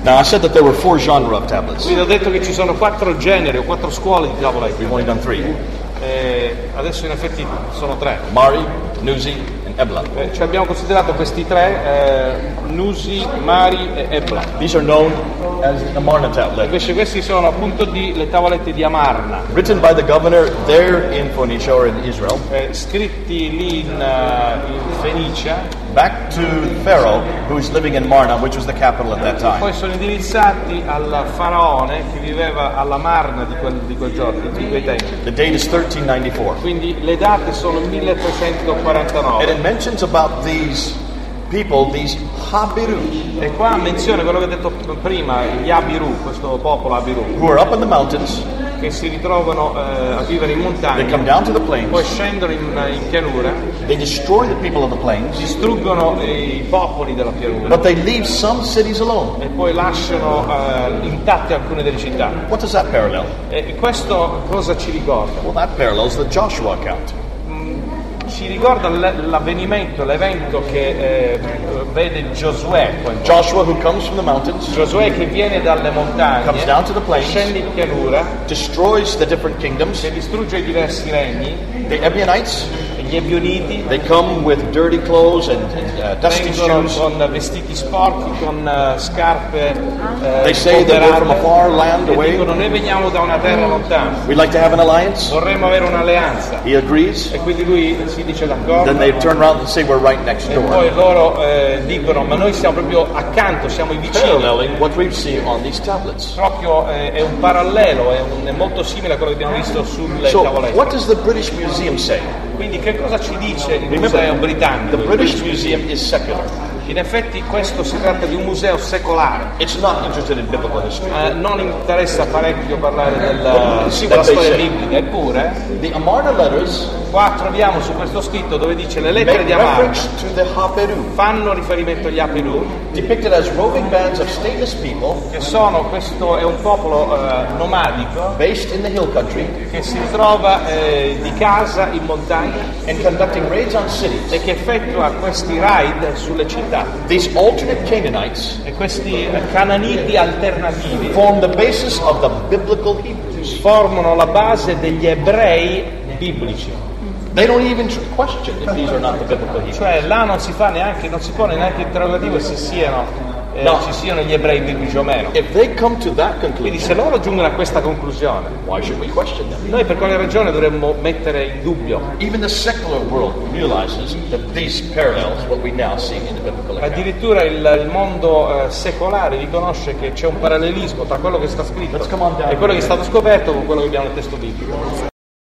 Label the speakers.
Speaker 1: Now, I said that there were 4 genres of tablets.
Speaker 2: Quindi ho detto che ci sono 4 generi o 4 scuole di tavolette.
Speaker 1: We've only done 3.
Speaker 2: Adesso in effetti sono 3.
Speaker 1: Mari, Nuzi, and Ebla.
Speaker 2: Ci abbiamo considerato questi 3, Nuzi, Mari e Ebla.
Speaker 1: These are known as the Amarna tablet.
Speaker 2: Invece questi sono appunto le tavolette di Amarna.
Speaker 1: Written by the governor there in Phoenicia or in Israel.
Speaker 2: Scritti lì in Fenicia.
Speaker 1: Back to Pharaoh, who is living in Marna, which was the capital at that time.
Speaker 2: Poi sono indirizzati al faraone che viveva alla Marna di quel giorno, di quei tempi.
Speaker 1: The date is 1394.
Speaker 2: Quindi le date sono 1349.
Speaker 1: And it mentions about these people, these Habiru,
Speaker 2: E qua menziona quello che ho detto prima, gli Abiru, questo popolo Abiru,
Speaker 1: who are up in the mountains.
Speaker 2: che si ritrovano a vivere in
Speaker 1: They
Speaker 2: montagna,
Speaker 1: come down to the
Speaker 2: poi
Speaker 1: plains.
Speaker 2: scendono in pianura,
Speaker 1: They destroy the people of the plains,
Speaker 2: distruggono i popoli della pianura
Speaker 1: but they leave some cities alone.
Speaker 2: e poi lasciano intatte alcune delle città.
Speaker 1: What does that parallel?
Speaker 2: E questo cosa ci ricorda?
Speaker 1: Well, that parallels the Joshua account.
Speaker 2: Ci ricorda l'avvenimento, l'evento che vede Giosuè,
Speaker 1: Joshua, who comes from the mountains,
Speaker 2: Giosuè che viene dalle
Speaker 1: comes
Speaker 2: montagne,
Speaker 1: down to the plains,
Speaker 2: scende in pianura,
Speaker 1: destroys the different kingdoms.
Speaker 2: che distrugge i diversi regni,
Speaker 1: The Ebionites,
Speaker 2: e gli Ebioniti
Speaker 1: they come with dirty clothes and dusty
Speaker 2: vengono
Speaker 1: shoes.
Speaker 2: con vestiti sporchi, con scarpe
Speaker 1: They say they go from a far land
Speaker 2: e
Speaker 1: away.
Speaker 2: dicono noi veniamo da una terra lontana,
Speaker 1: We'd like to have an alliance.
Speaker 2: vorremmo avere un'alleanza.
Speaker 1: He agrees.
Speaker 2: E quindi lui si dice d'accordo.
Speaker 1: Then they turn around and say we're right next
Speaker 2: E
Speaker 1: door.
Speaker 2: poi loro dicono ma noi siamo proprio accanto, siamo i vicini.
Speaker 1: Paralleling what we see on these tablets.
Speaker 2: Proprio è un parallelo, è molto simile a quello che abbiamo visto sulle
Speaker 1: So,
Speaker 2: tavolette.
Speaker 1: what does the British Museum say?
Speaker 2: Quindi che cosa ci dice il
Speaker 1: Remember,
Speaker 2: museo britannico?
Speaker 1: the British Museum is secular.
Speaker 2: In effetti questo si tratta di un museo secolare.
Speaker 1: It's not interested in biblical history.
Speaker 2: Non interessa parecchio parlare
Speaker 1: But see
Speaker 2: della
Speaker 1: what they
Speaker 2: storia
Speaker 1: say.
Speaker 2: biblica, eppure
Speaker 1: The Amarna letters
Speaker 2: qua troviamo su questo scritto dove dice le lettere
Speaker 1: make
Speaker 2: di Amarna
Speaker 1: reference to the Haberu,
Speaker 2: fanno riferimento agli Abiru,
Speaker 1: depicted as roving bands of stateless people
Speaker 2: che questo è un popolo nomadico
Speaker 1: based in the hill country
Speaker 2: che si trova di casa in montagna
Speaker 1: and conducting raids on cities.
Speaker 2: e che effettua questi raid sulle città.
Speaker 1: These alternate Canaanites
Speaker 2: E questi cananiti alternativi
Speaker 1: form the basis of the biblical Hebrews.
Speaker 2: formano la base degli ebrei biblici.
Speaker 1: They don't even question if these are not the biblical Hebrews.
Speaker 2: Cioè là non si pone neanche interrogativo se
Speaker 1: No.
Speaker 2: ci siano gli ebrei biblici o meno.
Speaker 1: If they come to that
Speaker 2: Quindi
Speaker 1: conclusion,
Speaker 2: se loro giungono a questa conclusione,
Speaker 1: why should we question them?
Speaker 2: noi per quale ragione dovremmo mettere in dubbio?
Speaker 1: Even the secular world realizes that these parallels what we now see in the biblical account.
Speaker 2: Addirittura il mondo secolare riconosce che c'è un parallelismo tra quello che sta scritto
Speaker 1: Let's come on down.
Speaker 2: e quello che è stato scoperto con quello che abbiamo nel testo biblico.